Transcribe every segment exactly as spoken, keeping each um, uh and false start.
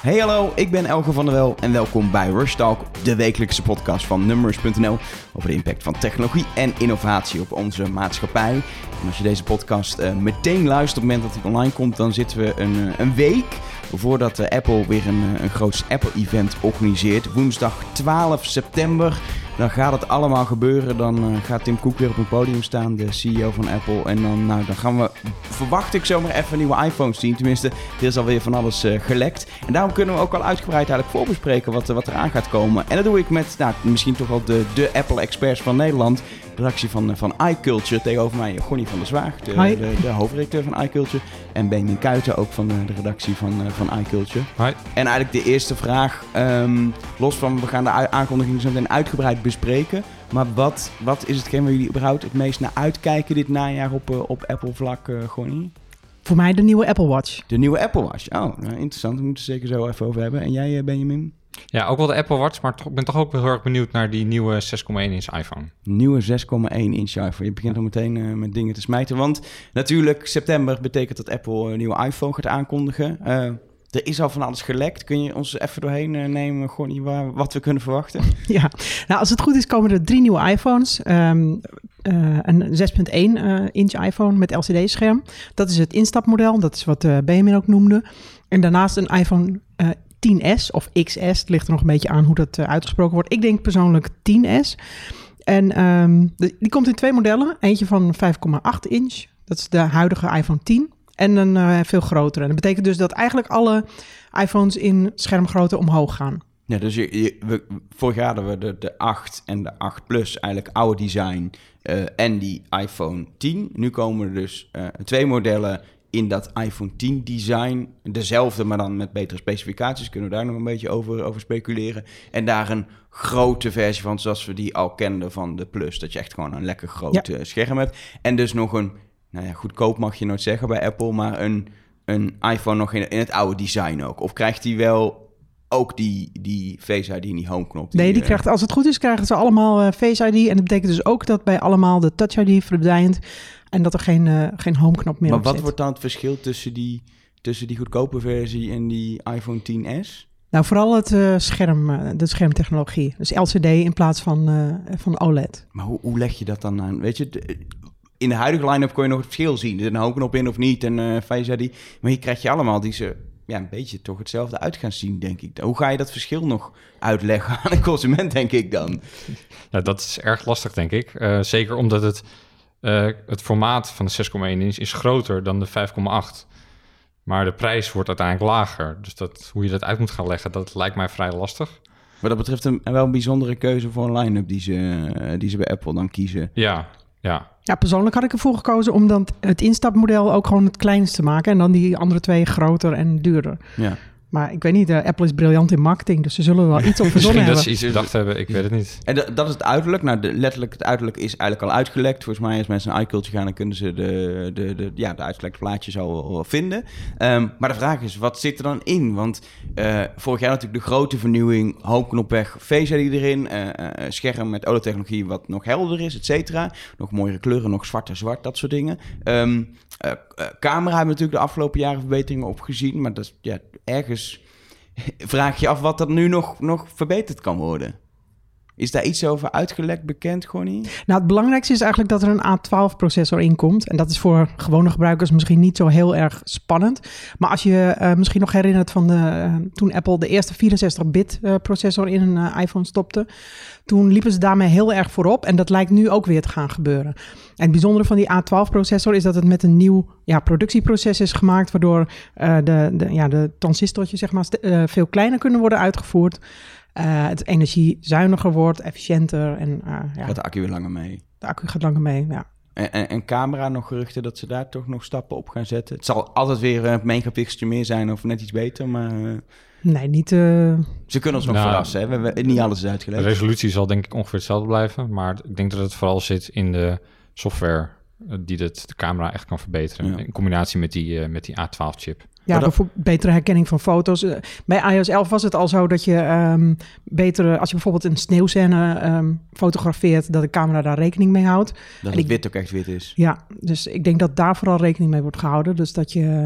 Hey hallo, ik ben Elge van der Wel en welkom bij Rush Talk, de wekelijkse podcast van Numbers punt n l over de impact van technologie en innovatie op onze maatschappij. En als je deze podcast uh, meteen luistert op het moment dat hij online komt, dan zitten we een, uh, een week voordat uh, Apple weer een, uh, een groot Apple-event organiseert. Woensdag twaalf september. Dan gaat het allemaal gebeuren. Dan uh, gaat Tim Cook weer op een podium staan, de C E O van Apple. En dan, nou, dan gaan we, verwacht ik zomaar even nieuwe iPhones zien. Tenminste, er is alweer van alles uh, gelekt. En daarom kunnen we ook al uitgebreid eigenlijk voorbespreken wat, wat er aan gaat komen. En dat doe ik met nou, misschien toch wel de, de Apple-experts van Nederland. De redactie van, van iCulture. Tegenover mij Gonnie van der Zwaag, de, de, de hoofdredacteur van iCulture. En Benjamin Kuijten, ook van de, de redactie van, uh, van iCulture. Hi. En eigenlijk de eerste vraag, um, los van we gaan de aankondigingen zo meteen uitgebreid bespreken. Maar wat, wat is hetgeen waar jullie überhaupt het meest naar uitkijken dit najaar op, uh, op Apple-vlak, uh, Gonnie? Voor mij de nieuwe Apple Watch. De nieuwe Apple Watch. Oh, nou, interessant. Daar moeten we het zeker zo even over hebben. En jij, uh, Benjamin? Ja, ook wel de Apple Watch, maar ik ben toch ook wel heel erg benieuwd naar die nieuwe zes komma één inch iPhone. Nieuwe zes komma één inch iPhone. Je begint al meteen uh, met dingen te smijten. Want natuurlijk, september betekent dat Apple een nieuwe iPhone gaat aankondigen. Uh, er is al van alles gelekt. Kun je ons even doorheen uh, nemen, Gonnie, waar, wat we kunnen verwachten? Ja, nou als het goed is komen er drie nieuwe iPhones. Um, uh, een zes komma één uh, inch iPhone met L C D-scherm. Dat is het instapmodel. Dat is wat uh, Benjamin ook noemde. En daarnaast een iPhone uh, tien S of X S. Het ligt er nog een beetje aan hoe dat uh, uitgesproken wordt. Ik denk persoonlijk tien S. En um, de, die komt in twee modellen. Eentje van vijf komma acht inch. Dat is de huidige iPhone tien. En een uh, veel grotere. En dat betekent dus dat eigenlijk alle iPhones in schermgrootte omhoog gaan. Ja, dus je, je, we, vorig jaar hadden we de, de acht en de acht Plus, eigenlijk oude design, uh, en die iPhone tien. Nu komen er dus uh, twee modellen in dat iPhone tien design. Dezelfde, maar dan met betere specificaties. Kunnen we daar nog een beetje over, over speculeren. En daar een grote versie van, zoals we die al kenden van de Plus. Dat je echt gewoon een lekker groot ja. uh, scherm hebt. En dus nog een, nou ja, goedkoop mag je nooit zeggen bij Apple, maar een, een iPhone nog in, in het oude design ook. Of krijgt die wel ook die, die Face I D en die homeknop? Die, nee, die uh, krijgt, als het goed is, krijgen ze allemaal uh, Face I D. En dat betekent dus ook dat bij allemaal de Touch I D verdwijnt. En dat er geen, uh, geen homeknop meer maar op wat zit. wordt dan het verschil tussen die, tussen die goedkope versie en die iPhone tien S? Nou, vooral het uh, scherm, uh, de schermtechnologie. Dus L C D in plaats van, uh, van O L E D. Maar hoe, hoe leg je dat dan aan? Weet je, de, in de huidige line-up kon je nog het verschil zien. Er zit een homeknop in of niet en uh, Face I D. Maar hier krijg je allemaal die ze ja, een beetje toch hetzelfde uit gaan zien, denk ik. Hoe ga je dat verschil nog uitleggen aan de consument, denk ik dan? Nou, dat is erg lastig, denk ik. Uh, zeker omdat het... Uh, het formaat van de zes komma één inch is groter dan de vijf komma acht. Maar de prijs wordt uiteindelijk lager. Dus dat, hoe je dat uit moet gaan leggen, dat lijkt mij vrij lastig. Maar dat betreft een, wel een bijzondere keuze voor een line-up die ze, die ze bij Apple dan kiezen. Ja, ja. Ja, persoonlijk had ik ervoor gekozen om dan het instapmodel ook gewoon het kleinste te maken. En dan die andere twee groter en duurder. Ja. Maar ik weet niet, uh, Apple is briljant in marketing, dus ze zullen wel iets op verzonnen hebben. Misschien dat ze iets bedacht hebben, ik weet het niet. En dat, dat is het uiterlijk. Nou, de, letterlijk het uiterlijk is eigenlijk al uitgelekt. Volgens mij als mensen naar iCulture gaan, dan kunnen ze de, de, de, ja, de uitgelekte plaatjes al, al vinden. Um, maar de vraag is, wat zit er dan in? Want uh, vorig jaar natuurlijk de grote vernieuwing, homeknop weg, Face I D erin, uh, uh, scherm met O L E D-technologie wat nog helder is, et cetera. Nog mooiere kleuren, nog zwart en zwart, dat soort dingen. Um, uh, uh, camera hebben we natuurlijk de afgelopen jaren verbeteringen opgezien, maar dat is ja, ergens vraag je af wat er nu nog, nog verbeterd kan worden. Is daar iets over uitgelekt bekend, Gonnie? Nou, het belangrijkste is eigenlijk dat er een A twaalf processor in komt. En dat is voor gewone gebruikers misschien niet zo heel erg spannend. Maar als je uh, misschien nog herinnert van de, uh, toen Apple de eerste vierenzestig bit uh, processor in een uh, iPhone stopte, toen liepen ze daarmee heel erg voorop. En dat lijkt nu ook weer te gaan gebeuren. En het bijzondere van die A twaalf processor is dat het met een nieuw ja, productieproces is gemaakt, waardoor uh, de, de, ja, de transistortjes zeg maar, st- uh, veel kleiner kunnen worden uitgevoerd. Uh, het energiezuiniger wordt, efficiënter. En, uh, ja, gaat de accu weer langer mee? De accu gaat langer mee, ja. En, en, en camera, nog geruchten dat ze daar toch nog stappen op gaan zetten? Het zal altijd weer een megapixeltje meer zijn of net iets beter, maar Uh... Nee, niet... Uh... Ze kunnen ons nog nou, verrassen, hè? We hebben niet alles is uitgelegd. De resolutie zal denk ik ongeveer hetzelfde blijven, maar ik denk dat het vooral zit in de software die het, de camera echt kan verbeteren. Ja. In combinatie met die, uh, met die A twaalf chip. Ja, bijvoorbeeld betere herkenning van foto's. Bij iOS elf was het al zo dat je um, betere, als je bijvoorbeeld een sneeuwscène um, fotografeert, dat de camera daar rekening mee houdt. Dat het ik, wit ook echt wit is. Ja, dus ik denk dat daar vooral rekening mee wordt gehouden. Dus dat je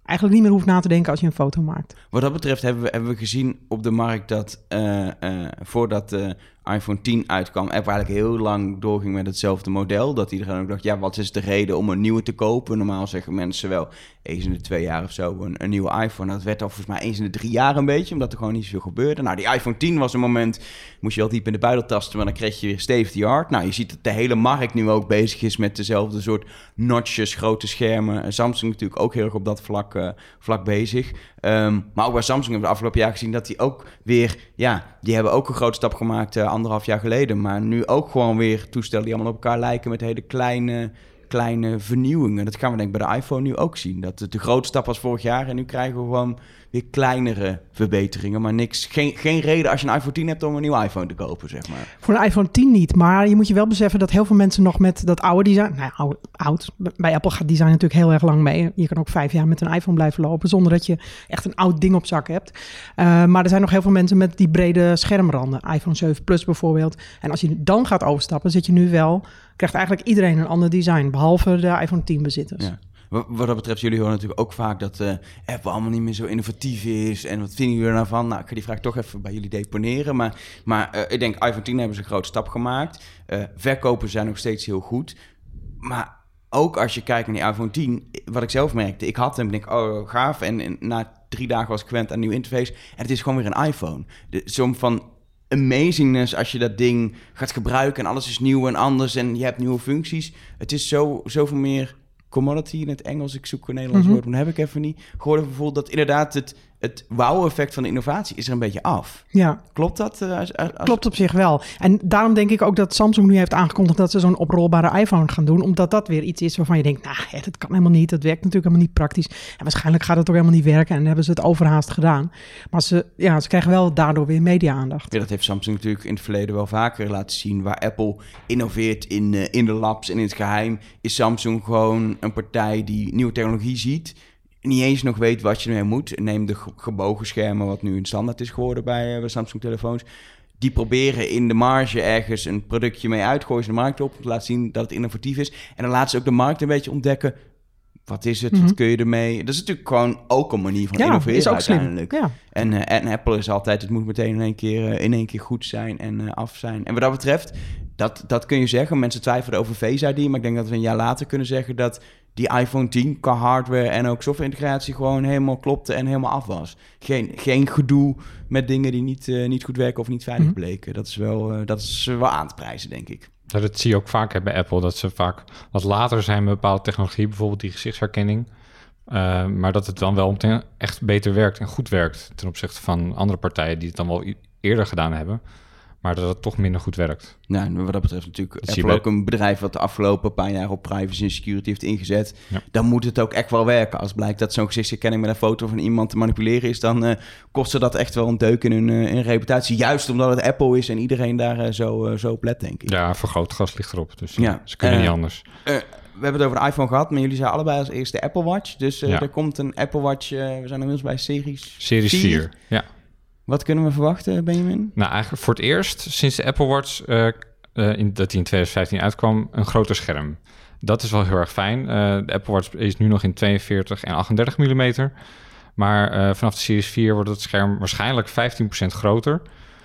eigenlijk niet meer hoeft na te denken als je een foto maakt. Wat dat betreft hebben we, hebben we gezien op de markt dat uh, uh, voordat de iPhone tien uitkwam, Apple eigenlijk heel lang doorging met hetzelfde model. Dat iedereen ook dacht, ja, wat is de reden om een nieuwe te kopen? Normaal zeggen mensen wel eens in de twee jaar of zo een, een nieuwe iPhone. Dat werd al volgens mij eens in de drie jaar een beetje, omdat er gewoon niet zoveel gebeurde. Nou, die iPhone tien was een moment, moest je al diep in de buidel tasten, maar dan kreeg je weer state of the art. Nou, je ziet dat de hele markt nu ook bezig is met dezelfde soort notches, grote schermen. Samsung natuurlijk ook heel erg op dat vlak, uh, vlak bezig. Um, maar ook bij Samsung hebben we de afgelopen jaar gezien dat die ook weer, ja, die hebben ook een grote stap gemaakt uh, anderhalf jaar geleden. Maar nu ook gewoon weer toestellen die allemaal op elkaar lijken met hele kleine, kleine vernieuwingen. Dat gaan we denk ik bij de iPhone nu ook zien. Dat het de grote stap was vorig jaar en nu krijgen we gewoon weer kleinere verbeteringen. Maar niks, geen, geen reden als je een iPhone tien hebt om een nieuwe iPhone te kopen, zeg maar. Voor een iPhone tien niet, maar je moet je wel beseffen dat heel veel mensen nog met dat oude design, nou oud, oud, bij Apple gaat design natuurlijk heel erg lang mee. Je kan ook vijf jaar met een iPhone blijven lopen zonder dat je echt een oud ding op zak hebt. Uh, maar er zijn nog heel veel mensen met die brede schermranden, iPhone zeven Plus bijvoorbeeld. En als je dan gaat overstappen, zit je nu wel, krijgt eigenlijk iedereen een ander design, behalve de iPhone tien bezitters. Ja. Wat dat betreft, jullie horen natuurlijk ook vaak dat uh, Apple allemaal niet meer zo innovatief is. En wat vinden jullie er nou van? Nou, ik ga die vraag toch even bij jullie deponeren. Maar, maar uh, ik denk, iPhone tien hebben ze een grote stap gemaakt. Uh, verkopen zijn nog steeds heel goed. Maar ook als je kijkt naar die iPhone tien, wat ik zelf merkte, ik had hem, ik denk, oh, gaaf. En, en na drie dagen was ik gewend aan een nieuw interface. En het is gewoon weer een iPhone. De som van amazingness als je dat ding gaat gebruiken en alles is nieuw en anders en je hebt nieuwe functies. Het is zo, zoveel meer commodity in het Engels. Ik zoek een Nederlands mm-hmm. woord, maar dat heb ik even niet. Gewoon het gevoel dat inderdaad het, het wow-effect van de innovatie is er een beetje af. Ja. Klopt dat? Uh, als, als... Klopt op zich wel. En daarom denk ik ook dat Samsung nu heeft aangekondigd dat ze zo'n oprolbare iPhone gaan doen, omdat dat weer iets is waarvan je denkt, nou, ja, dat kan helemaal niet. Dat werkt natuurlijk helemaal niet praktisch. En waarschijnlijk gaat het ook helemaal niet werken en dan hebben ze het overhaast gedaan. Maar ze, ja, ze krijgen wel daardoor weer media-aandacht. Ja, dat heeft Samsung natuurlijk in het verleden wel vaker laten zien. Waar Apple innoveert in, uh, in de labs en in het geheim, is Samsung gewoon een partij die nieuwe technologie ziet, niet eens nog weet wat je ermee moet. Neem de gebogen schermen, wat nu een standaard is geworden bij, uh, bij Samsung-telefoons. Die proberen in de marge ergens een productje mee uitgooien, de markt op, om te laten zien dat het innovatief is. En dan laten ze ook de markt een beetje ontdekken. Wat is het? Mm-hmm. Wat kun je ermee? Dat is natuurlijk gewoon ook een manier van ja, innoveren is ook uiteindelijk. Slim. Ja. En, uh, en Apple is altijd, het moet meteen in één keer, uh, in één keer goed zijn en uh, af zijn. En wat dat betreft, dat, dat kun je zeggen. Mensen twijfelen over Face I D, maar ik denk dat we een jaar later kunnen zeggen dat die iPhone tien qua hardware en ook software-integratie gewoon helemaal klopte en helemaal af was. Geen, geen gedoe met dingen die niet, uh, niet goed werken of niet veilig mm-hmm. bleken. Dat is, wel, uh, dat is wel aan te prijzen, denk ik. Ja, dat zie je ook vaak hè, bij Apple, dat ze vaak wat later zijn met bepaalde technologie, bijvoorbeeld die gezichtsherkenning. Uh, maar dat het dan wel meteen echt beter werkt en goed werkt ten opzichte van andere partijen die het dan wel eerder gedaan hebben. Maar dat het toch minder goed werkt. Nou, wat dat betreft natuurlijk dat Apple bij... ook een bedrijf wat de afgelopen paar jaar op privacy en security heeft ingezet. Ja. Dan moet het ook echt wel werken. Als blijkt dat zo'n gezichtsherkenning met een foto van iemand te manipuleren is, dan uh, kost ze dat echt wel een deuk in hun, uh, in hun reputatie. Juist omdat het Apple is en iedereen daar uh, zo, uh, zo op let, denk ik. Ja, vergrootglas ligt erop. Dus ja. Ze kunnen uh, niet anders. Uh, we hebben het over de iPhone gehad, maar jullie zijn allebei als eerste Apple Watch. Dus uh, ja. er komt een Apple Watch, uh, we zijn inmiddels bij Series Series vier, ja. Wat kunnen we verwachten, Benjamin? Nou, eigenlijk voor het eerst sinds de Apple Watch, uh, uh, in, dat die in twintig vijftien uitkwam, een groter scherm. Dat is wel heel erg fijn. Uh, de Apple Watch is nu nog in tweeënveertig en achtendertig millimeter. Maar uh, vanaf de Series vier wordt het scherm waarschijnlijk vijftien procent groter.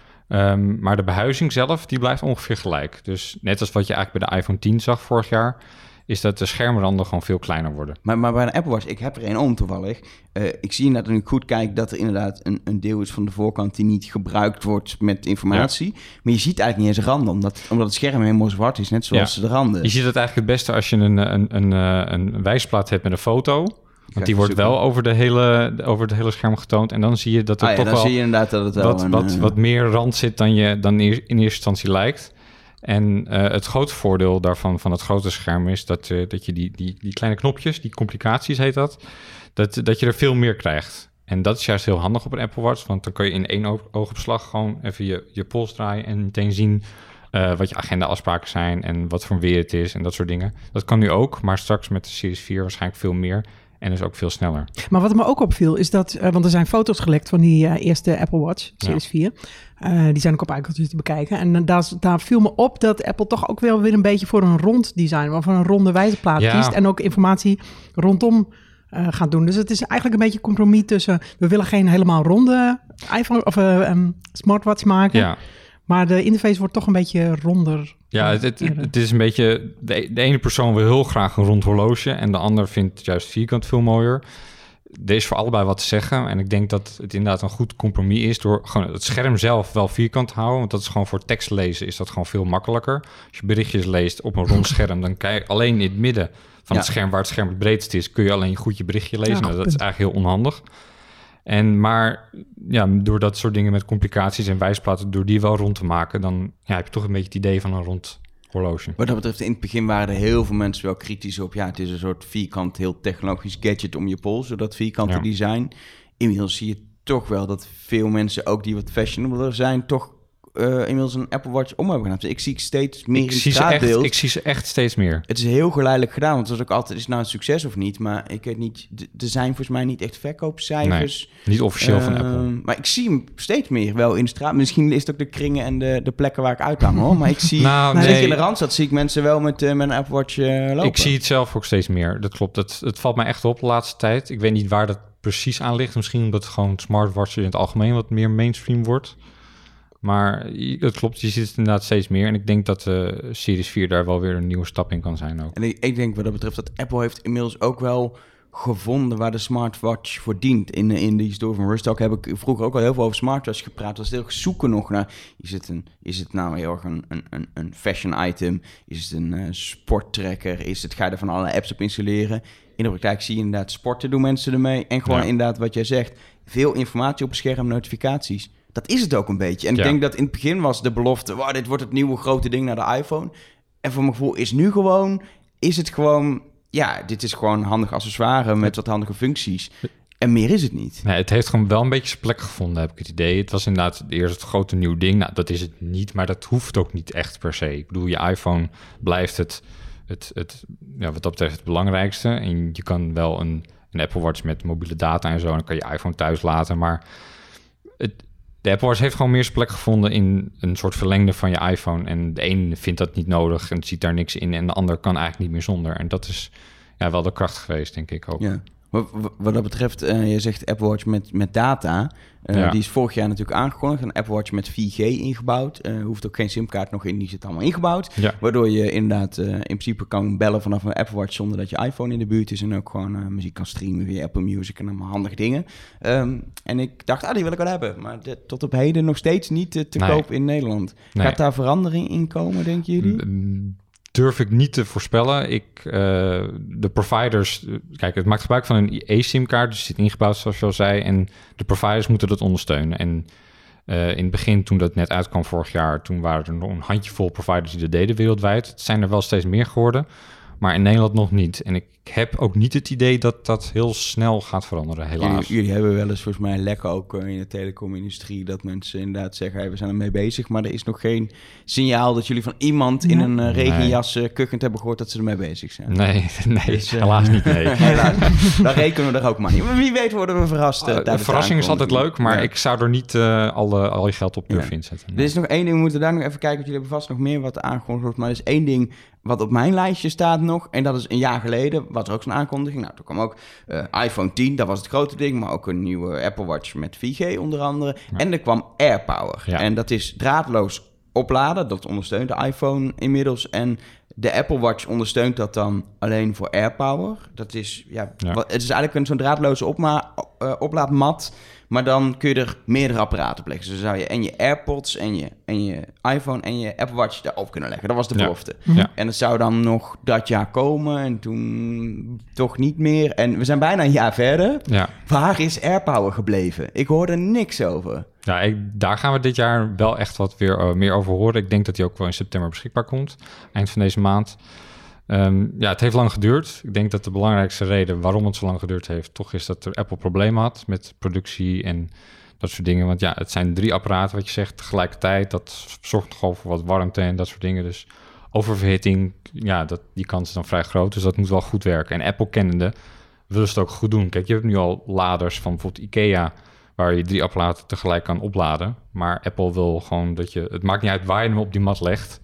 Um, maar de behuizing zelf, die blijft ongeveer gelijk. Dus net als wat je eigenlijk bij de iPhone tien zag vorig jaar, is dat de schermranden gewoon veel kleiner worden. Maar, maar bij een Apple Watch, ik heb er één om toevallig. Uh, ik zie inderdaad, nu ik goed kijk, dat er inderdaad een, een deel is van de voorkant die niet gebruikt wordt met informatie. Ja. Maar je ziet eigenlijk niet eens randen, omdat, omdat het scherm helemaal zwart is, net zoals ja. de randen. Je ziet het eigenlijk het beste als je een, een, een, een wijsplaat hebt met een foto. Want die wordt wel over de, hele, over het hele scherm getoond. En dan zie je dat er ah, ja, toch dan wel, zie je inderdaad dat het wel wat, een, wat, wat meer rand zit dan je dan in eerste instantie lijkt. En uh, het grote voordeel daarvan, van het grote scherm, is dat, uh, dat je die, die, die kleine knopjes, die complicaties heet dat, dat, dat je er veel meer krijgt. En dat is juist heel handig op een Apple Watch, want dan kun je in één oog, oogopslag gewoon even je, je pols draaien en meteen zien uh, wat je agenda-afspraken zijn en wat voor weer het is en dat soort dingen. Dat kan nu ook, maar straks met de Series vier waarschijnlijk veel meer. En dus ook veel sneller. Maar wat me ook opviel is dat, uh, want er zijn foto's gelekt van die uh, eerste Apple Watch, Series ja. vier. Uh, die zijn ook op iCloud te bekijken. En uh, daar, daar viel me op dat Apple toch ook wel weer een beetje voor een rond design, waarvan een ronde wijzerplaat ja. kiest. En ook informatie rondom uh, gaan doen. Dus het is eigenlijk een beetje een compromis tussen... we willen geen helemaal ronde iPhone of uh, um, smartwatch maken... Ja. Maar de interface wordt toch een beetje ronder. Ja, het, het, het is een beetje... De, de ene persoon wil heel graag een rond horloge... en de ander vindt juist vierkant veel mooier. Er is voor allebei wat te zeggen. En ik denk dat het inderdaad een goed compromis is... door gewoon het scherm zelf wel vierkant te houden. Want dat is gewoon voor tekst lezen is dat gewoon veel makkelijker. Als je berichtjes leest op een rond scherm... dan kan je alleen in het midden van ja. het scherm... waar het scherm het breedst is... kun je alleen goed je berichtje lezen. Ja, nou, dat is eigenlijk heel onhandig. En maar ja, door dat soort dingen met complicaties en wijsplaten... door die wel rond te maken... dan ja, heb je toch een beetje het idee van een rond horloge. Wat dat betreft, in het begin waren er heel veel mensen wel kritisch op... ja, het is een soort vierkant, heel technologisch gadget om je pols... door dat vierkante ja. design. Inmiddels zie je toch wel dat veel mensen... ook die wat fashionabler zijn... toch uh, inmiddels een Apple Watch om hebben gedaan. Dus ik zie steeds meer ik in zie straatbeeld. Echt, ik zie ze echt steeds meer. Het is heel geleidelijk gedaan, want het was ook altijd... is het nou een succes of niet? Maar ik weet niet... er zijn volgens mij niet echt verkoopcijfers. Nee, niet officieel uh, van Apple. Maar ik zie hem steeds meer wel in de straat. Misschien is het ook de kringen en de, de plekken waar ik uithang, hoor. Maar ik zie... nou, nee. Zeker in de Randstad zie ik mensen wel met, uh, met een Apple Watch uh, lopen. Ik zie het zelf ook steeds meer. Dat klopt. Het, het valt mij echt op de laatste tijd. Ik weet niet waar dat precies aan ligt. Misschien omdat het gewoon smartwatch in het algemeen wat meer mainstream wordt. Maar het klopt, je ziet het inderdaad steeds meer. En ik denk dat de uh, Series vier daar wel weer een nieuwe stap in kan zijn ook. En ik, ik denk wat dat betreft dat Apple heeft inmiddels ook wel gevonden waar de smartwatch voor dient. In, in die store van Rustalk heb ik vroeger ook al heel veel over smartwatch gepraat. Was heel erg zoeken nog naar, is het, een, is het nou heel erg een, een, een fashion item? Is het een uh, sporttracker? Is het, ga je er van alle apps op installeren? In de praktijk zie je inderdaad sporten doen mensen ermee. En gewoon ja. inderdaad wat jij zegt, veel informatie op het scherm, notificaties. Dat is het ook een beetje. En ja. ik denk dat in het begin was de belofte... wow, dit wordt het nieuwe grote ding naar de iPhone. En voor mijn gevoel is nu gewoon... is het gewoon... ja, dit is gewoon een handig accessoire met wat handige functies. En meer is het niet. Nee, het heeft gewoon wel een beetje zijn plek gevonden, heb ik het idee. Het was inderdaad eerst het grote nieuw ding. Nou, dat is het niet, maar dat hoeft ook niet echt per se. Ik bedoel, je iPhone blijft het, het, het ja, wat dat betreft het belangrijkste. En je kan wel een, een Apple Watch met mobiele data en zo... en dan kan je iPhone thuis laten, maar... het De Apple Watch heeft gewoon meer zijn plek gevonden in een soort verlengde van je iPhone. En de een vindt dat niet nodig en ziet daar niks in. En de ander kan eigenlijk niet meer zonder. En dat is ja, wel de kracht geweest, denk ik ook. Ja. Wat, wat dat betreft, uh, je zegt Apple Watch met, met data. Uh, ja. Die is vorig jaar natuurlijk aangekondigd. Een Apple Watch met vier G ingebouwd. Uh, hoeft ook geen simkaart nog in, die zit allemaal ingebouwd. Ja. Waardoor je inderdaad uh, in principe kan bellen vanaf een Apple Watch... zonder dat je iPhone in de buurt is. En ook gewoon uh, muziek kan streamen via Apple Music en allemaal handige dingen. Um, en ik dacht, ah, die wil ik wel hebben. Maar de, tot op heden nog steeds niet uh, te nee. koop in Nederland. Nee. Gaat daar verandering in komen, denken jullie? M- durf ik niet te voorspellen. Ik, uh, de providers... Kijk, het maakt gebruik van een eSIM-kaart. Dus het zit ingebouwd, zoals je al zei. En de providers moeten dat ondersteunen. En uh, in het begin, toen dat net uitkwam vorig jaar... toen waren er nog een handjevol providers die dat deden wereldwijd. Het zijn er wel steeds meer geworden. Maar in Nederland nog niet. En ik heb ook niet het idee dat dat heel snel gaat veranderen, helaas. Jullie, jullie hebben wel eens volgens mij lekker ook in de telecomindustrie... dat mensen inderdaad zeggen, hey, we zijn ermee bezig... maar er is nog geen signaal dat jullie van iemand in een uh, regenjas nee. kuchend hebben gehoord... dat ze ermee bezig zijn. Nee, nee dus, uh, helaas niet, nee. helaas. Dan rekenen we er ook maar niet. Maar wie weet worden we verrast. Uh, de verrassing is altijd leuk, maar ja. ik zou er niet uh, al, uh, al je geld op durven ja. inzetten. Nee. Er is nog één ding, we moeten daar nog even kijken... want jullie hebben vast nog meer wat aangekondigd... maar er is één ding... wat op mijn lijstje staat nog, en dat is een jaar geleden, was er ook zo'n aankondiging. Nou, toen kwam ook uh, iPhone tien, dat was het grote ding, maar ook een nieuwe Apple Watch met vier G onder andere. Ja. En er kwam AirPower. Ja. En dat is draadloos opladen, dat ondersteunt de iPhone inmiddels. En de Apple Watch ondersteunt dat dan alleen voor AirPower. Dat is, ja, ja. Wat, het is eigenlijk een zo'n draadloze opma- uh, oplaadmat. Maar dan kun je er meerdere apparaten op leggen. Dus dan zou je en je AirPods en je, en je iPhone en je Apple Watch daarop kunnen leggen. Dat was de belofte. Ja. Ja. En het zou dan nog dat jaar komen en toen toch niet meer. En we zijn bijna een jaar verder. Ja. Waar is AirPower gebleven? Ik hoor er niks over. Ja, ik, daar gaan we dit jaar wel echt wat weer uh, meer over horen. Ik denk dat die ook wel in september beschikbaar komt. Eind van deze maand. Um, ja, het heeft lang geduurd. Ik denk dat de belangrijkste reden waarom het zo lang geduurd heeft... toch is dat er Apple problemen had met productie en dat soort dingen. Want ja, het zijn drie apparaten wat je zegt tegelijkertijd. Dat zorgt nogal voor wat warmte en dat soort dingen. Dus oververhitting, ja, dat, die kans is dan vrij groot. Dus dat moet wel goed werken. En Apple kennende willen ze het ook goed doen. Kijk, je hebt nu al laders van bijvoorbeeld IKEA... waar je drie apparaten tegelijk kan opladen. Maar Apple wil gewoon dat je... Het maakt niet uit waar je hem op die mat legt...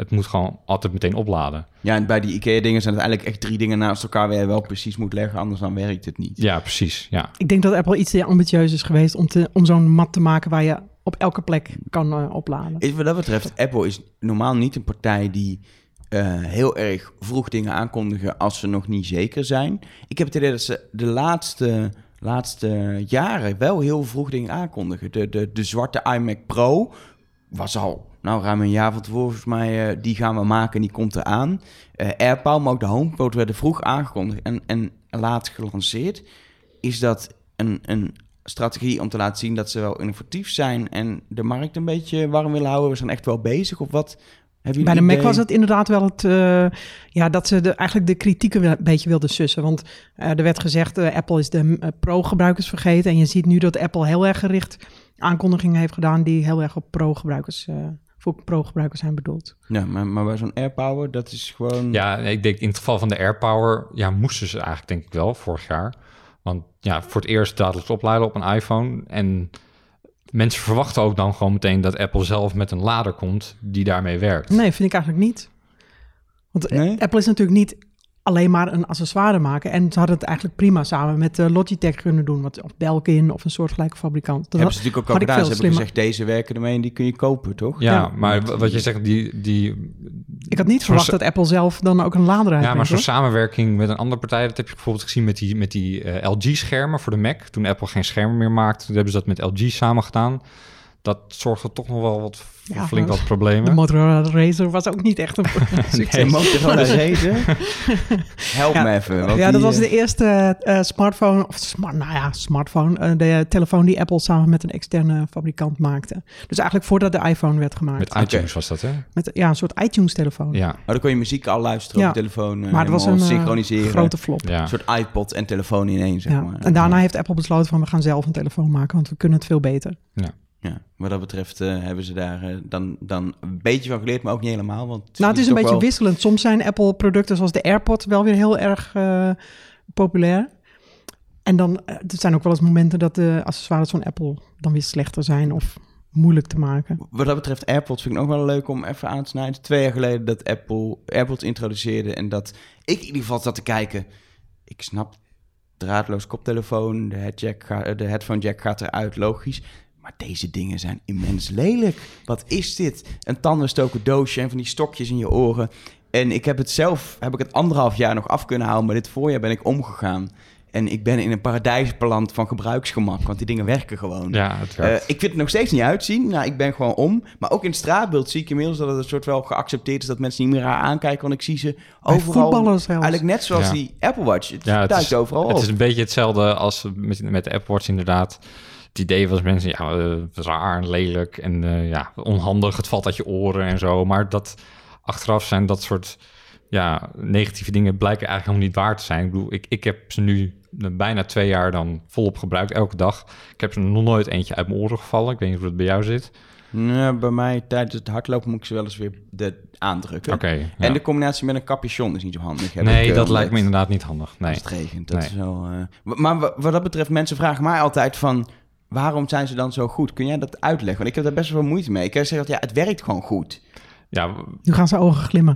Het moet gewoon altijd meteen opladen. Ja, en bij die IKEA-dingen zijn het eigenlijk echt drie dingen naast elkaar waar je wel precies moet leggen, anders dan werkt het niet. Ja, precies. Ja. Ik denk dat Apple iets te ambitieus is geweest om, te, om zo'n mat te maken waar je op elke plek kan uh, opladen. Is, wat dat betreft, Apple is normaal niet een partij die uh, heel erg vroeg dingen aankondigen als ze nog niet zeker zijn. Ik heb het idee dat ze de laatste, laatste jaren wel heel vroeg dingen aankondigen. De, de, de zwarte iMac Pro was al nou, ruim een jaar van tevoren volgens mij, uh, die gaan we maken, die komt eraan. Uh, AirPower, maar ook de HomePod werden vroeg aangekondigd en, en laat gelanceerd. Is dat een, een strategie om te laten zien dat ze wel innovatief zijn en de markt een beetje warm willen houden? We zijn echt wel bezig, of wat? Bij de idee? Mac was het inderdaad wel het, uh, ja, dat ze de, eigenlijk de kritieken een beetje wilden sussen. Want uh, er werd gezegd, uh, Apple is de uh, pro-gebruikers vergeten. En je ziet nu dat Apple heel erg gericht aankondigingen heeft gedaan die heel erg op pro-gebruikers uh, voor pro-gebruikers zijn bedoeld. Ja, maar, maar bij zo'n AirPower, dat is gewoon... Ja, ik denk in het geval van de AirPower, ja, moesten ze eigenlijk denk ik wel vorig jaar. Want ja, voor het eerst dadelijk opladen op een iPhone. En mensen verwachten ook dan gewoon meteen dat Apple zelf met een lader komt die daarmee werkt. Nee, vind ik eigenlijk niet. Want nee? Apple is natuurlijk niet alleen maar een accessoire maken. En ze hadden het eigenlijk prima samen met uh, Logitech kunnen doen. Wat, of Belkin of een soortgelijke fabrikant. Dat hebben ze natuurlijk ook al gedaan. Ze hebben slimmer. gezegd, deze werken ermee en die kun je kopen, toch? Ja, ja. Maar wat je zegt, die... die ik had niet verwacht dat Apple zelf dan ook een lader uit. Ja, maar zo'n samenwerking met een andere partij, dat heb je bijvoorbeeld gezien met die, met die uh, L G-schermen voor de Mac. Toen Apple geen schermen meer maakte, toen hebben ze dat met L G samen gedaan. Dat zorgde toch nog wel wat ja, flink wat problemen. De Motorola Razr was ook niet echt een succes. Nee, Motorola Razr? Help ja, me even. Ja, die, dat was de eerste uh, smartphone, of smart, nou ja, smartphone, uh, de telefoon die Apple samen met een externe fabrikant maakte. Dus eigenlijk voordat de iPhone werd gemaakt. Met iTunes okay. was dat, hè? Met, ja, een soort iTunes-telefoon. Ja. Maar dan kon je muziek al luisteren ja. op de telefoon. Uh, maar het was een synchroniseren. Uh, grote flop. Ja. Een soort iPod en telefoon in één, zeg ja. maar. En daarna heeft Apple besloten van, we gaan zelf een telefoon maken, want we kunnen het veel beter. Ja. Ja, wat dat betreft uh, hebben ze daar uh, dan, dan een beetje van geleerd, maar ook niet helemaal. Want het nou, het is een beetje wel... wisselend. Soms zijn Apple-producten zoals de AirPod wel weer heel erg uh, populair. En dan uh, er zijn ook wel eens momenten dat de accessoires van Apple dan weer slechter zijn of moeilijk te maken. Wat dat betreft AirPods vind ik nog wel leuk om even aan te snijden. Twee jaar geleden dat Apple AirPods introduceerde en dat ik in ieder geval zat te kijken. Ik snap, draadloos koptelefoon, de, headjack ga, de headphone jack gaat eruit, logisch. Maar deze dingen zijn immens lelijk. Wat is dit? Een tandenstoken doosje en van die stokjes in je oren. En ik heb het zelf, heb ik het anderhalf jaar nog af kunnen houden. Maar dit voorjaar ben ik omgegaan. En ik ben in een paradijs beland van gebruiksgemak. Want die dingen werken gewoon. Ja, het werkt. Uh, ik vind het nog steeds niet uitzien. Nou, ik ben gewoon om. Maar ook in het straatbeeld zie ik inmiddels dat het een soort wel geaccepteerd is. Dat mensen niet meer raar aankijken. Want ik zie ze bij overal. Eigenlijk net zoals ja. die Apple Watch. Het ja, duikt het is, overal Het op. is een beetje hetzelfde als met, met de Apple Watch inderdaad. Het idee was mensen, ja, uh, raar en lelijk en uh, ja, onhandig. Het valt uit je oren en zo. Maar dat achteraf zijn dat soort ja, negatieve dingen blijken eigenlijk helemaal niet waar te zijn. Ik bedoel, ik, ik heb ze nu bijna twee jaar dan volop gebruikt, elke dag. Ik heb ze nog nooit eentje uit mijn oren gevallen. Ik weet niet hoe het bij jou zit. Nee, bij mij tijdens het hardlopen moet ik ze wel eens weer de aandrukken. Okay, ja. En de combinatie met een capuchon is niet zo handig. Hè? Nee, dat, dat lijkt me inderdaad niet handig. Nee. Als het regent. Dat nee. is wel, uh... Maar wat dat betreft, mensen vragen mij altijd van... waarom zijn ze dan zo goed? Kun jij dat uitleggen? Want ik heb daar best wel moeite mee. Ik heb gezegd, ja, het werkt gewoon goed. Ja, nu gaan zijn ogen glimmen.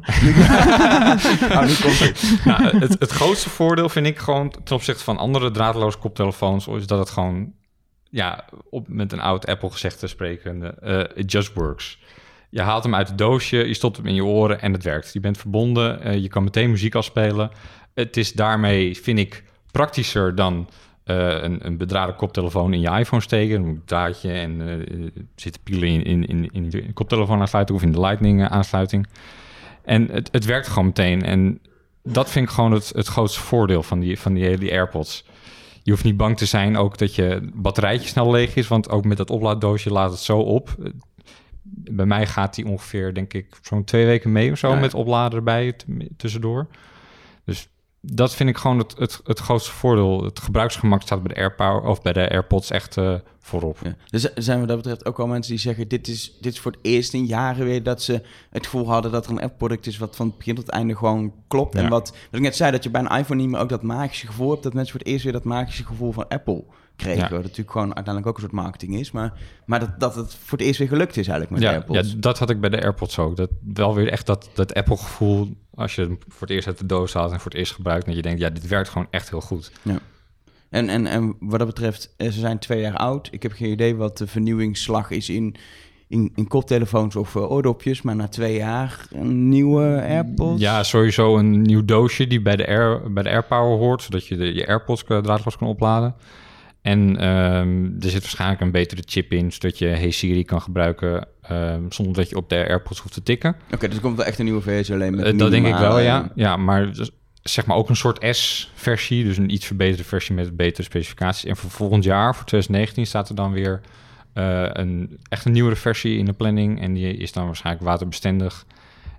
oh, nu komt het. Nou, het, het grootste voordeel vind ik gewoon ten opzichte van andere draadloze koptelefoons is dat het gewoon, ja, op, met een oud Apple gezegd te spreken, uh, it just works. Je haalt hem uit het doosje, je stopt hem in je oren en het werkt. Je bent verbonden, uh, je kan meteen muziek afspelen. Het is daarmee, vind ik, praktischer dan Uh, een, een bedraden koptelefoon in je iPhone steken. Een draadje en uh, zitten pielen in, in, in, in de koptelefoon aansluiting of in de Lightning aansluiting. En het, het werkt gewoon meteen. En dat vind ik gewoon het, het grootste voordeel van die, van die, die AirPods. Je hoeft niet bang te zijn ook dat je batterijtje snel leeg is, want ook met dat oplaaddoosje laat het zo op. Bij mij gaat die ongeveer, denk ik, zo'n twee weken mee of zo, ja, ja. met opladen erbij t- tussendoor. Dus dat vind ik gewoon het, het, het grootste voordeel. Het gebruiksgemak staat bij de AirPower of bij de AirPods echt uh, voorop. Ja. Dus zijn we dat betreft ook al mensen die zeggen... Dit is, dit is voor het eerst in jaren weer dat ze het gevoel hadden... dat er een Apple-product is wat van het begin tot het einde gewoon klopt. Ja. En wat, wat ik net zei, dat je bij een iPhone niet meer ook dat magische gevoel hebt... dat mensen voor het eerst weer dat magische gevoel van Apple kregen. Ja. Wat natuurlijk gewoon uiteindelijk ook een soort marketing is. Maar, maar dat, dat het voor het eerst weer gelukt is eigenlijk met ja, de AirPods. Ja, dat had ik bij de AirPods ook. Dat wel weer echt dat, dat Apple-gevoel... als je hem voor het eerst uit de doos haalt en voor het eerst gebruikt... dat je denkt, ja, dit werkt gewoon echt heel goed. Ja. En, en, en wat dat betreft, ze zijn twee jaar oud. Ik heb geen idee wat de vernieuwingsslag is in, in, in koptelefoons of uh, oordopjes. Maar na twee jaar een nieuwe AirPods. Ja, sowieso een nieuw doosje die bij de, Air, bij de AirPower hoort. Zodat je de, je AirPods draadloos kan opladen. En um, er zit waarschijnlijk een betere chip in. Zodat je Hey Siri kan gebruiken um, zonder dat je op de AirPods hoeft te tikken. Oké, okay, dus er komt wel echt een nieuwe versie alleen met uh, Dat denk ik wel, ja. Ja, maar... Dus, zeg maar ook een soort S-versie, dus een iets verbeterde versie met betere specificaties. En voor volgend jaar, voor twintig negentien, staat er dan weer uh, een echt een nieuwere versie in de planning. En die is dan waarschijnlijk waterbestendig.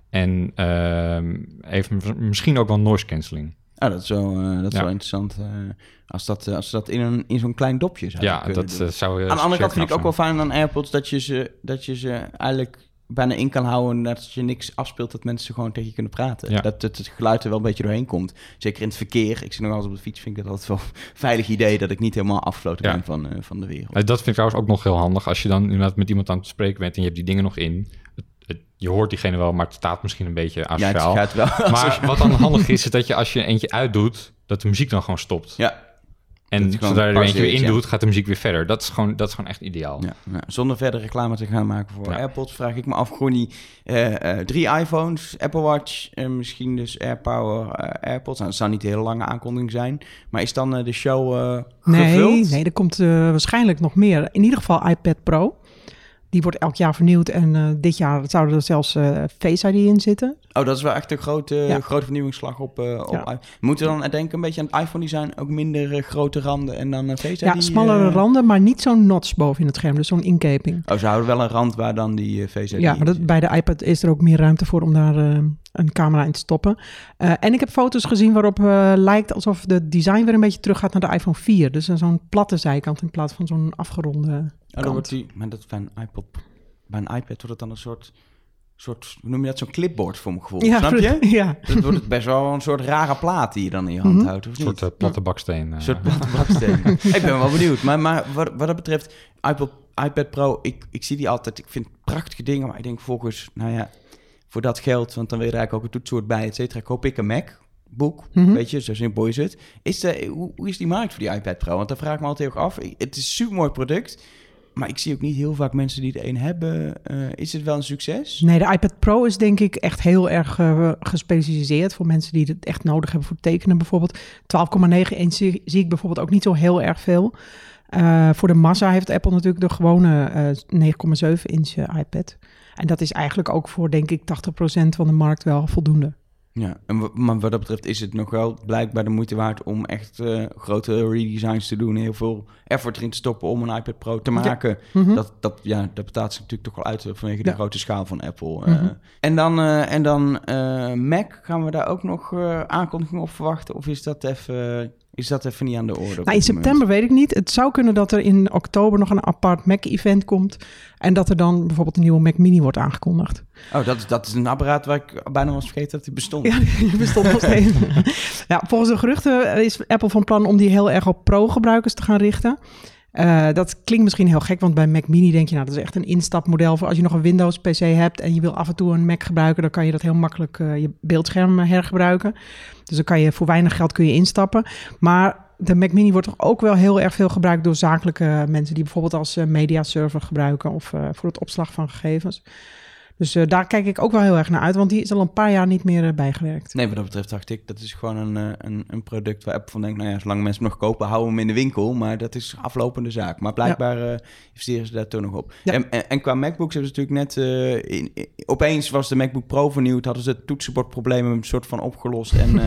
En uh, heeft misschien ook wel noise cancelling. Ah, dat is wel, uh, dat is ja. wel interessant. Uh, als, dat, uh, als dat in, een, in zo'n klein dopje zou ja, dat uh, zou uh, aan de andere kant vind ik ook wel fijn aan AirPods dat je ze, dat je ze eigenlijk bijna in kan houden, dat je niks afspeelt, dat mensen gewoon tegen je kunnen praten. Ja. Dat het, het geluid er wel een beetje doorheen komt. Zeker in het verkeer. Ik zit nog wel eens op de fiets, vind ik dat altijd wel een veilig idee dat ik niet helemaal afgesloten ja. ben van, uh, van de wereld. Dat vind ik trouwens ook nog heel handig. Als je dan inderdaad met iemand aan het spreken bent en je hebt die dingen nog in. Het, het, je hoort diegene wel, maar het staat misschien een beetje asociaal. Ja, het gaat wel. Maar wat dan handig is, is dat je als je eentje uitdoet, dat de muziek dan gewoon stopt. Ja. En zodra je er eentje weer in doet, ja. gaat de muziek weer verder. Dat is gewoon, dat is gewoon echt ideaal. Ja, ja. Zonder verder reclame te gaan maken voor ja. AirPods, vraag ik me af, Groenie, uh, uh, drie iPhones, Apple Watch, uh, misschien dus AirPower, uh, AirPods. Nou, dat zou niet een hele lange aankondiging zijn. Maar is dan uh, de show uh, gevuld? Nee, nee, er komt uh, waarschijnlijk nog meer. In ieder geval iPad Pro. Die wordt elk jaar vernieuwd en uh, dit jaar zouden er zelfs uh, Face I D in zitten. Oh, dat is wel echt een grote, ja. grote vernieuwingsslag op, uh, op ja. Moeten we dan denken een beetje aan het iPhone-design, ook minder uh, grote randen en dan uh, Face I D? Ja, smallere uh... randen, maar niet zo'n notch boven in het scherm, dus zo'n inkeping. Oh, ze houden wel een rand waar dan die uh, Face I D Ja, maar dat, bij de iPad is er ook meer ruimte voor om daar uh, een camera in te stoppen. Uh, en ik heb foto's gezien waarop uh, lijkt alsof de design weer een beetje teruggaat naar de iPhone vier. Dus uh, zo'n platte zijkant in plaats van zo'n afgeronde kant. Oh, dan wordt die, maar dat bij een iPod... Bij een iPad wordt het dan een soort, soort, hoe noem je dat, zo'n clipboard voor mijn gevoel, ja, snap je? Ja. Dat wordt het best wel een soort rare plaat die je dan in je hand mm-hmm. houdt, of niet? Een soort uh, platte baksteen. Uh. Een soort platte baksteen. Ik ben wel benieuwd, maar, maar wat, wat dat betreft, iPod, iPad Pro, ik, ik zie die altijd, ik vind prachtige dingen, maar ik denk volgens, nou ja, voor dat geld, want dan wil je er eigenlijk ook een toetsenbord bij, et cetera, koop ik een Mac. Boek, mm-hmm. weet je, zo simpel is het. Is de, hoe, hoe is die markt voor die iPad Pro? Want daar vraag ik me altijd heel erg af. Het is een supermooi product. Maar ik zie ook niet heel vaak mensen die er een hebben. Uh, is het wel een succes? Nee, de iPad Pro is denk ik echt heel erg uh, gespecialiseerd voor mensen die het echt nodig hebben voor tekenen bijvoorbeeld. twaalf komma negen inch zie, zie ik bijvoorbeeld ook niet zo heel erg veel. Uh, voor de massa heeft Apple natuurlijk de gewone uh, negen komma zeven inch iPad. En dat is eigenlijk ook voor denk ik tachtig procent van de markt wel voldoende. Ja, en w- maar wat dat betreft is het nog wel blijkbaar de moeite waard om echt uh, grote redesigns te doen. Heel veel effort erin te stoppen om een iPad Pro te maken. Ja. Mm-hmm. Dat, dat, ja, dat betaalt zich natuurlijk toch wel uit vanwege de ja. grote schaal van Apple. Mm-hmm. Uh, en dan, uh, en dan uh, Mac, gaan we daar ook nog uh, aankondigingen op verwachten? Of is dat even... Uh, Is dat even niet aan de orde? Nou, in september moment? weet ik niet. Het zou kunnen dat er in oktober nog een apart Mac-event komt. En dat er dan bijvoorbeeld een nieuwe Mac Mini wordt aangekondigd. Oh, dat, dat is een apparaat waar ik bijna was vergeten dat die bestond. Ja, die bestond nog steeds. Ja, volgens de geruchten is Apple van plan om die heel erg op pro-gebruikers te gaan richten. Uh, dat klinkt misschien heel gek, want bij Mac Mini denk je... nou, dat is echt een instapmodel voor als je nog een Windows-P C hebt... en je wil af en toe een Mac gebruiken... dan kan je dat heel makkelijk uh, je beeldscherm hergebruiken. Dus dan kan je voor weinig geld kun je instappen. Maar de Mac Mini wordt toch ook wel heel erg veel gebruikt... door zakelijke mensen die bijvoorbeeld als uh, mediaserver gebruiken... of uh, voor het opslag van gegevens. Dus uh, daar kijk ik ook wel heel erg naar uit... want die is al een paar jaar niet meer uh, bijgewerkt. Nee, wat dat betreft dacht ik... dat is gewoon een, uh, een, een product waar Apple van denkt... nou ja, zolang mensen hem nog kopen, houden we hem in de winkel. Maar dat is aflopende zaak. Maar blijkbaar ja. uh, investeren ze daar toch nog op. Ja. En, en, en qua MacBooks hebben ze natuurlijk net... Uh, in, in, opeens was de MacBook Pro vernieuwd... hadden ze het toetsenbordproblemen een soort van opgelost... en uh,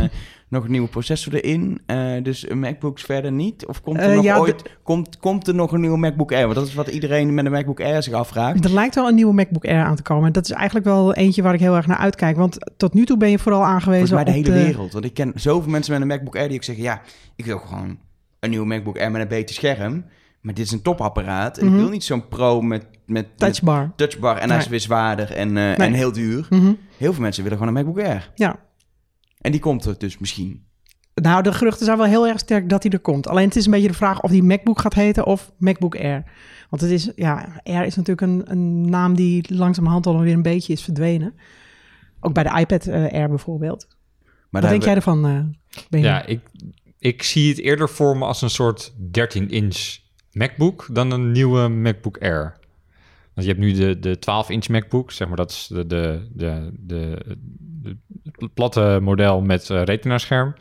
nog een nieuwe processor erin. Uh, dus MacBooks verder niet? Of komt er Uh, nog ja, ooit de... komt, komt er nog een nieuwe MacBook Air? Want dat is wat iedereen met een MacBook Air zich afvraagt. Er lijkt wel een nieuwe MacBook Air aan te komen. En dat is eigenlijk wel eentje waar ik heel erg naar uitkijk. Want tot nu toe ben je vooral aangewezen Volgens mij de op hele de... wereld. Want ik ken zoveel mensen met een MacBook Air die ook zeggen... ja, ik wil gewoon een nieuwe MacBook Air met een beter scherm. Maar dit is een topapparaat. En mm-hmm. ik wil niet zo'n Pro met... met touchbar. Met touchbar. En hij is weer zwaarder en, uh, nee. en heel duur. Mm-hmm. Heel veel mensen willen gewoon een MacBook Air. Ja. En die komt er dus misschien. Nou, de geruchten zijn wel heel erg sterk dat hij er komt. Alleen het is een beetje de vraag of die MacBook gaat heten of MacBook Air. Want het is, ja, Air is natuurlijk een, een naam die langzamerhand al weer een beetje is verdwenen. Ook bij de iPad uh, Air bijvoorbeeld. Maar Wat denk we... jij ervan, uh, Ben je? Ja, ik, ik zie het eerder voor me als een soort dertien inch MacBook dan een nieuwe MacBook Air. Want je hebt nu de, de twaalf inch MacBook, zeg maar, dat is de, de, de, de, de, de platte model met uh, retina-scherm.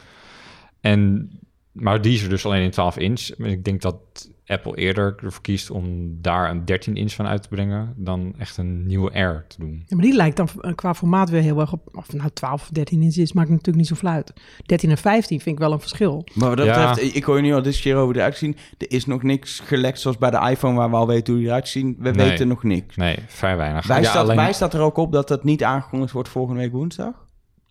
En, maar die is er dus alleen in twaalf inch. Ik denk dat Apple eerder ervoor kiest om daar een dertien inch van uit te brengen dan echt een nieuwe Air te doen. Ja, maar die lijkt dan qua formaat weer heel erg op... Of nou twaalf of dertien inch is, maakt natuurlijk niet zo fluit. dertien en vijftien vind ik wel een verschil. Maar wat dat ja. betreft, ik hoor je nu al dit keer over de uitzien. Er is nog niks gelekt zoals bij de iPhone waar we al weten hoe die eruit zien. We nee. weten nog niks. Nee, vrij weinig. Wij, ja, staat, alleen... wij staat er ook op dat dat niet aangekondigd wordt volgende week woensdag?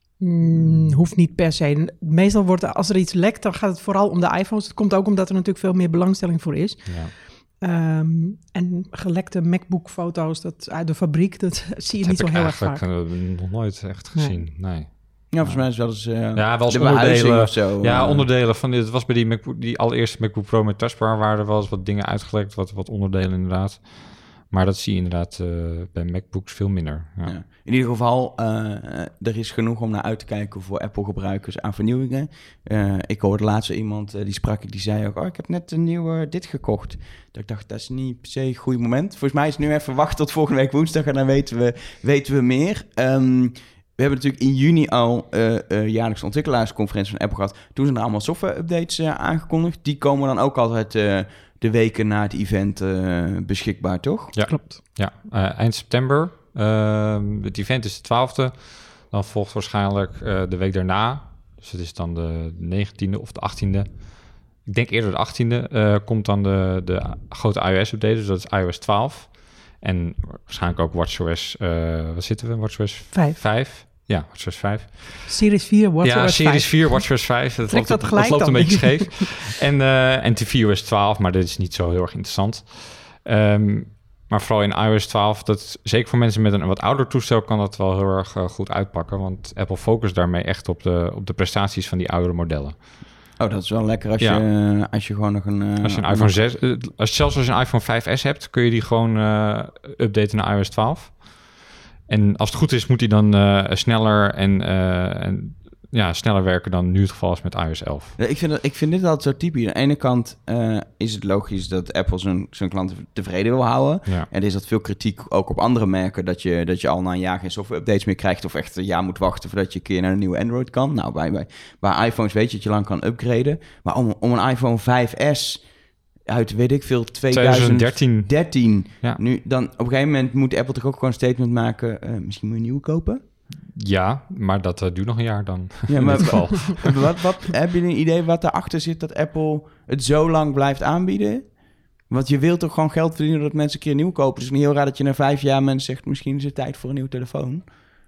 Mm, hoeft niet per se. Meestal wordt als er iets lekt, dan gaat het vooral om de iPhones. Het komt ook omdat er natuurlijk veel meer belangstelling voor is. Ja. Um, en gelekte MacBook-foto's dat uit de fabriek, dat zie je dat niet zo heel erg vaak. vaak. Dat heb ik nog nooit echt gezien, nee. nee. Ja, volgens mij is wel eens, uh, ja, wel eens de onderdelen of zo. Ja, uh. onderdelen van dit. Het was bij die, MacBook, die allereerste MacBook Pro met touchbar waren er wel eens wat dingen uitgelekt, wat, wat onderdelen inderdaad. Maar dat zie je inderdaad uh, bij MacBooks veel minder. Ja. Ja. In ieder geval, uh, er is genoeg om naar uit te kijken voor Apple-gebruikers aan vernieuwingen. Uh, ik hoorde laatst iemand, uh, die sprak ik, die zei ook... oh, ik heb net een nieuwe dit gekocht. Dat ik dacht, dat is niet per se een goed moment. Volgens mij is het nu even wachten tot volgende week woensdag... en dan weten we, weten we meer. Um, we hebben natuurlijk in juni al uh, uh, jaarlijkse ontwikkelaarsconferentie van Apple gehad. Toen zijn er allemaal software-updates uh, aangekondigd. Die komen dan ook altijd... Uh, de weken na het event uh, beschikbaar, toch? Ja, klopt. Ja, uh, eind september. Uh, het event is de twaalfde. Dan volgt waarschijnlijk uh, de week daarna. Dus het is dan de negentiende of de achttiende. Ik denk eerder de achttiende. Uh, komt dan de, de grote iOS-update. Dus dat is iOS twaalf. En waarschijnlijk ook WatchOS... Uh, wat zitten we? WatchOS vijf. Ja, WatchOS vijf. Series vier, WatchOS vijf. Ja, Series vier, WatchOS vijf. Dat loopt, dat, dat loopt een beetje scheef. en, uh, en tvOS twaalf, maar dat is niet zo heel erg interessant. Um, maar vooral in iOS twaalf, dat, zeker voor mensen met een wat ouder toestel... kan dat wel heel erg uh, goed uitpakken. Want Apple focust daarmee echt op de, op de prestaties van die oudere modellen. Oh, dat is wel lekker als, ja. je, als je gewoon nog een... Uh, als je een iPhone zes... Uh, als, zelfs als je een iPhone vijf S hebt... kun je die gewoon uh, updaten naar iOS twaalf. En als het goed is, moet hij dan uh, sneller en, uh, en ja, sneller werken dan nu het geval is met iOS elf. Ja, ik, vind dat, ik vind dit altijd zo typisch. Aan de ene kant uh, is het logisch dat Apple zijn, zijn klanten tevreden wil houden. Ja. En er is dat veel kritiek ook op andere merken... dat je, dat je al na een jaar geen software-updates meer krijgt... of echt een jaar moet wachten voordat je een keer naar een nieuwe Android kan. Nou, bij, bij, bij iPhones weet je dat je lang kan upgraden. Maar om, om een iPhone vijf S... uit, weet ik veel, twintig dertien. Ja. Nu, dan op een gegeven moment moet Apple toch ook gewoon een statement maken... Uh, misschien moet je een nieuwe kopen? Ja, maar dat uh, duurt nog een jaar dan, ja, in maar, dit geval. wat, wat, heb je een idee wat erachter zit dat Apple het zo lang blijft aanbieden? Want je wilt toch gewoon geld verdienen dat mensen een keer nieuw kopen? Dus het is niet heel raar dat je na vijf jaar mensen zegt... misschien is het tijd voor een nieuwe telefoon.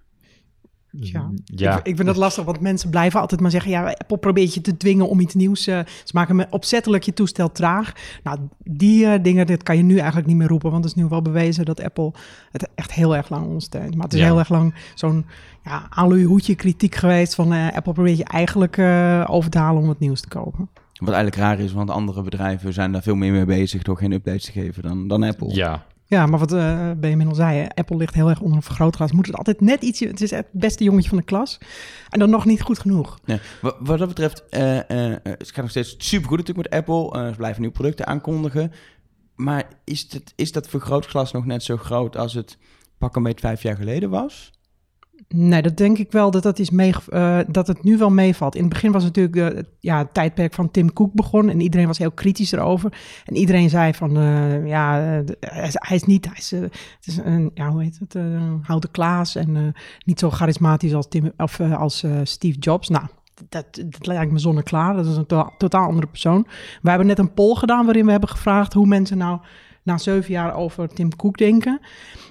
Ja, ja. Ik, ik vind dat lastig, want mensen blijven altijd maar zeggen... ja, Apple probeert je te dwingen om iets nieuws... Uh, ze maken opzettelijk je toestel traag. Nou, die uh, dingen, dit kan je nu eigenlijk niet meer roepen... want het is nu wel bewezen dat Apple het echt heel erg lang ondersteunt. Maar het is ja. heel erg lang zo'n ja, alu-hoedje kritiek geweest... van uh, Apple probeert je eigenlijk uh, over te halen om wat nieuws te kopen. Wat eigenlijk raar is, want andere bedrijven zijn daar veel meer mee bezig... door geen updates te geven dan, dan Apple. Ja. Ja, maar wat uh, Benjamin al zei, Apple ligt heel erg onder een vergrootglas. Moet het altijd net ietsje... Het is het beste jongetje van de klas. En dan nog niet goed genoeg. Nee, wat, wat dat betreft, uh, uh, het gaat nog steeds supergoed natuurlijk met Apple. Uh, ze blijven nieuwe producten aankondigen. Maar is, het, is dat vergrootglas nog net zo groot als het pak een beetje vijf jaar geleden was? Nee, dat denk ik wel dat, dat, is mee, uh, dat het nu wel meevalt. In het begin was het natuurlijk uh, ja, het tijdperk van Tim Cook begonnen... en iedereen was heel kritisch erover. En iedereen zei van, uh, ja, uh, hij is niet... Hij is, uh, het is een, ja, hoe heet het, uh, houten Klaas... en uh, niet zo charismatisch als, Tim, of, uh, als uh, Steve Jobs. Nou, dat, dat lijkt me zonneklaar. Dat is een to- totaal andere persoon. We hebben net een poll gedaan waarin we hebben gevraagd hoe mensen nou na zeven jaar over Tim Cook denken.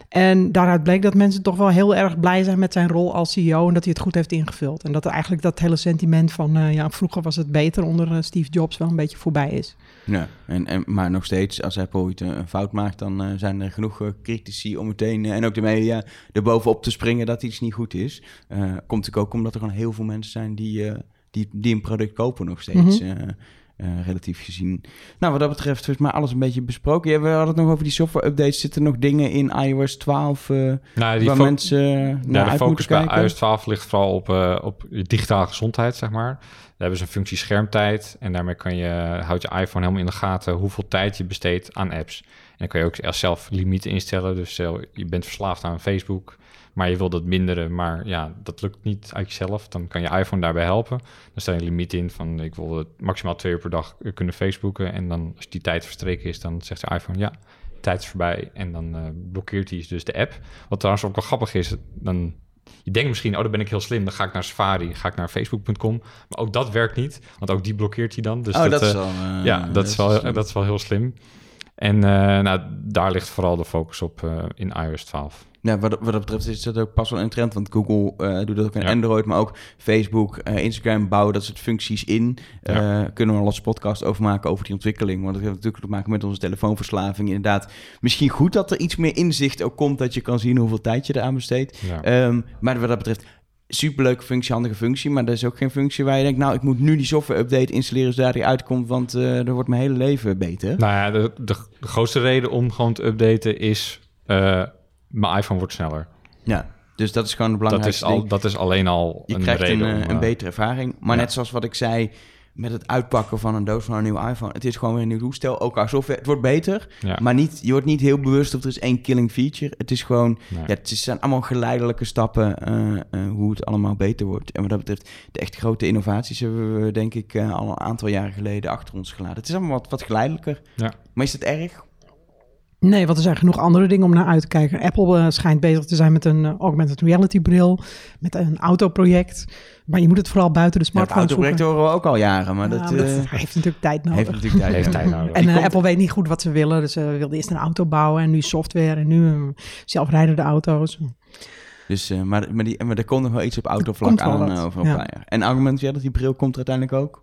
En daaruit bleek dat mensen toch wel heel erg blij zijn met zijn rol als C E O en dat hij het goed heeft ingevuld. En dat er eigenlijk dat hele sentiment van, uh, ja, vroeger was het beter onder uh, Steve Jobs wel een beetje voorbij is. Ja, en, en, maar nog steeds, als Apple ooit een, een fout maakt, dan uh, zijn er genoeg uh, critici om meteen, uh, en ook de media, er bovenop te springen dat iets niet goed is. Uh, komt natuurlijk ook omdat er gewoon heel veel mensen zijn die, uh, die, die een product kopen nog steeds. Mm-hmm. Uh, Uh, relatief gezien. Nou, wat dat betreft is maar alles een beetje besproken. Ja, we hadden het nog over die software-updates. Zitten er nog dingen in i O S twaalf uh, nou, die waar fo- mensen uh, naar ja, uit de focus bij kijken? i O S twaalf ligt vooral op, uh, op digitale gezondheid, zeg maar. Daar hebben ze een functie schermtijd. En daarmee kan je, houdt je iPhone helemaal in de gaten hoeveel tijd je besteedt aan apps. En dan kan je ook zelf limieten instellen. Dus uh, je bent verslaafd aan Facebook, maar je wil dat minderen, maar ja, dat lukt niet uit jezelf. Dan kan je iPhone daarbij helpen. Dan stel je een limiet in van, ik wil maximaal twee uur per dag kunnen Facebooken. En dan, als die tijd verstreken is, dan zegt de iPhone, ja, tijd is voorbij. En dan uh, blokkeert hij dus de app. Wat trouwens ook wel grappig is, dan, je denkt misschien, oh, dan ben ik heel slim. Dan ga ik naar Safari, ga ik naar facebook punt com. Maar ook dat werkt niet, want ook die blokkeert hij dan. Dus oh, dat, dat is uh, wel... Uh, ja, dat, dat, is wel, dat is wel heel slim. En uh, nou, daar ligt vooral de focus op uh, in i O S twaalf. Ja, wat, wat dat betreft is dat ook pas wel een trend, want Google uh, doet dat ook in ja. Android, maar ook Facebook, uh, Instagram bouwen dat soort functies in. Uh, ja. Kunnen we een losse podcast over maken over die ontwikkeling, want dat heeft natuurlijk te maken met onze telefoonverslaving. Inderdaad, misschien goed dat er iets meer inzicht ook komt, dat je kan zien hoeveel tijd je eraan besteedt. Ja. Um, maar wat dat betreft, superleuke functie, handige functie, maar dat is ook geen functie waar je denkt, nou, ik moet nu die software-update installeren zodat die uitkomt, want uh, dan wordt mijn hele leven beter. Nou ja, de, de, de grootste reden om gewoon te updaten is, uh, mijn iPhone wordt sneller. Ja, dus dat is gewoon het belangrijkste dat is al, ding. Dat is alleen al je een krijgt reden een, om, uh, een betere ervaring. Maar ja. net zoals wat ik zei, met het uitpakken van een doos van een nieuwe iPhone, het is gewoon weer een nieuw toestel. Ook als software, het wordt beter, ja. maar niet, je wordt niet heel bewust of er is één killing feature. Het is gewoon, nee. ja, het zijn allemaal geleidelijke stappen uh, uh, hoe het allemaal beter wordt. En wat dat betreft, de echt grote innovaties hebben we denk ik uh, al een aantal jaren geleden achter ons gelaten. Het is allemaal wat, wat geleidelijker. Ja. Maar is het erg? Nee, want er zijn genoeg andere dingen om naar uit te kijken. Apple uh, schijnt bezig te zijn met een uh, augmented reality bril, met een autoproject. Maar je moet het vooral buiten de smartphone zoeken. Ja, het autoproject horen we ook al jaren, maar ja, dat, maar uh, dat heeft natuurlijk tijd nodig. Heeft natuurlijk tijd, heeft tijd nodig. En uh, komt... Apple weet niet goed wat ze willen. Dus ze uh, wilden eerst een auto bouwen en nu software en nu uh, zelfrijdende auto's. Dus, uh, maar, maar, die, maar er komt nog wel iets op autovlak aan uh, over een ja. paar jaar. En augmented reality bril komt er uiteindelijk ook?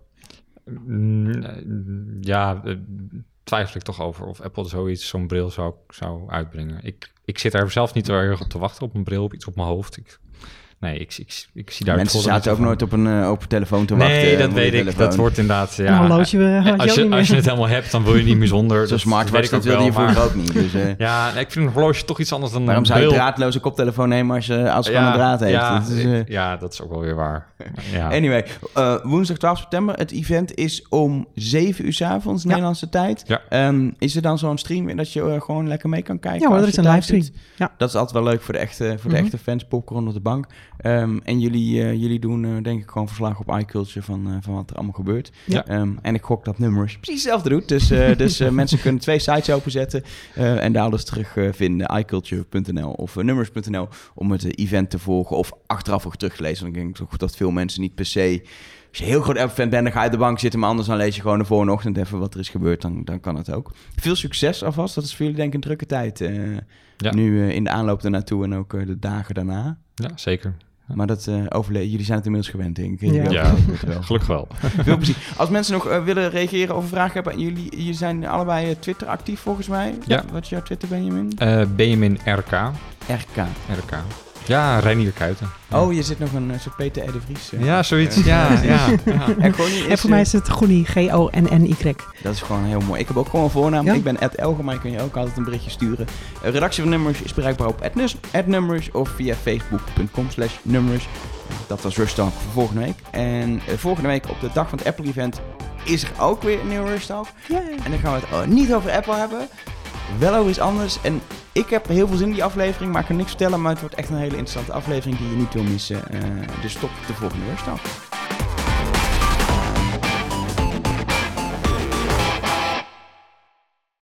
Mm, ja, uh, twijfel ik toch over of Apple zoiets, zo'n bril zou, zou uitbrengen. Ik, ik zit er zelf niet zo erg op te wachten op een bril, op iets op mijn hoofd. Ik, nee, ik, ik, ik zie daar... Mensen zaten ook van... nooit op een uh, open telefoon te wachten. Nee, dat weet ik. Telefoon. Dat wordt inderdaad... Ja, een horloge, uh, als, je, als je het helemaal hebt, dan wil je niet meer zonder. Zo'n smartwatch, dat wilde je vroeger maar... ook niet. Dus, uh... ja, ik vind een horloge toch iets anders dan Waarom een zou je bril? een draadloze koptelefoon nemen als, je, als het ja, gewoon een draad heeft? Ja, dat is, uh... ja, dat is ook wel weer waar. Ja. Anyway, uh, woensdag twaalf september. Het event is om zeven uur 's avonds, ja. Nederlandse tijd. Ja. Um, is er dan zo'n stream dat je uh, gewoon lekker mee kan kijken? Ja, hoor, er is een livestream. Ja. Dat is altijd wel leuk voor de echte, voor de mm-hmm. echte fans, popcorn op de bank. Um, en jullie, uh, jullie doen uh, denk ik gewoon verslag op iCulture van, uh, van wat er allemaal gebeurt. Ja. Um, en ik gok dat Numbers precies hetzelfde doet. Dus, uh, dus uh, mensen kunnen twee sites openzetten uh, en daar alles terug uh, vinden. iCulture punt n l of uh, Numbers punt n l om het uh, event te volgen of achteraf ook terug te lezen. Want ik denk toch dat veel mensen niet per se... Als je heel groot Apple-fan bent, dan ga je op de bank zitten. Maar anders dan lees je gewoon de volgende ochtend even wat er is gebeurd. Dan, dan kan het ook. Veel succes alvast. Dat is voor jullie denk ik een drukke tijd. Uh, ja. Nu uh, in de aanloop ernaartoe en ook uh, de dagen daarna. Ja, zeker. Ja. Maar dat uh, overle- jullie zijn het inmiddels gewend, denk ik. Ja, ja. Wel. Gelukkig wel. Veel plezier. Als mensen nog uh, willen reageren of vragen hebben... Jullie, jullie zijn allebei uh, Twitter actief volgens mij. Ja. Wat is jouw Twitter, Benjamin? Uh, Benjamin R K. R K. R K. Ja, Reinier Kuiten. Ja. Oh, je zit nog een soort Peter R. de Vries. Uh, ja, zoiets. Ja, ja, ja. En, is, en voor mij is het Groenie, G O N N Y. Dat is gewoon heel mooi. Ik heb ook gewoon een voornaam. Ja? Ik ben at Elger, maar je kun je ook altijd een berichtje sturen. Uh, redactie van Numbers is bereikbaar op at numbers of via facebook punt com slash numbers. Dat was Rush Talk voor volgende week. En uh, volgende week op de dag van het Apple-event is er ook weer een nieuwe Rush Talk. Yeah. En dan gaan we het uh, niet over Apple hebben. Wel over iets anders. En ik heb heel veel zin in die aflevering, maar ik kan niks vertellen. Maar het wordt echt een hele interessante aflevering die je niet wil missen. Uh, dus tot de volgende Rush Talk.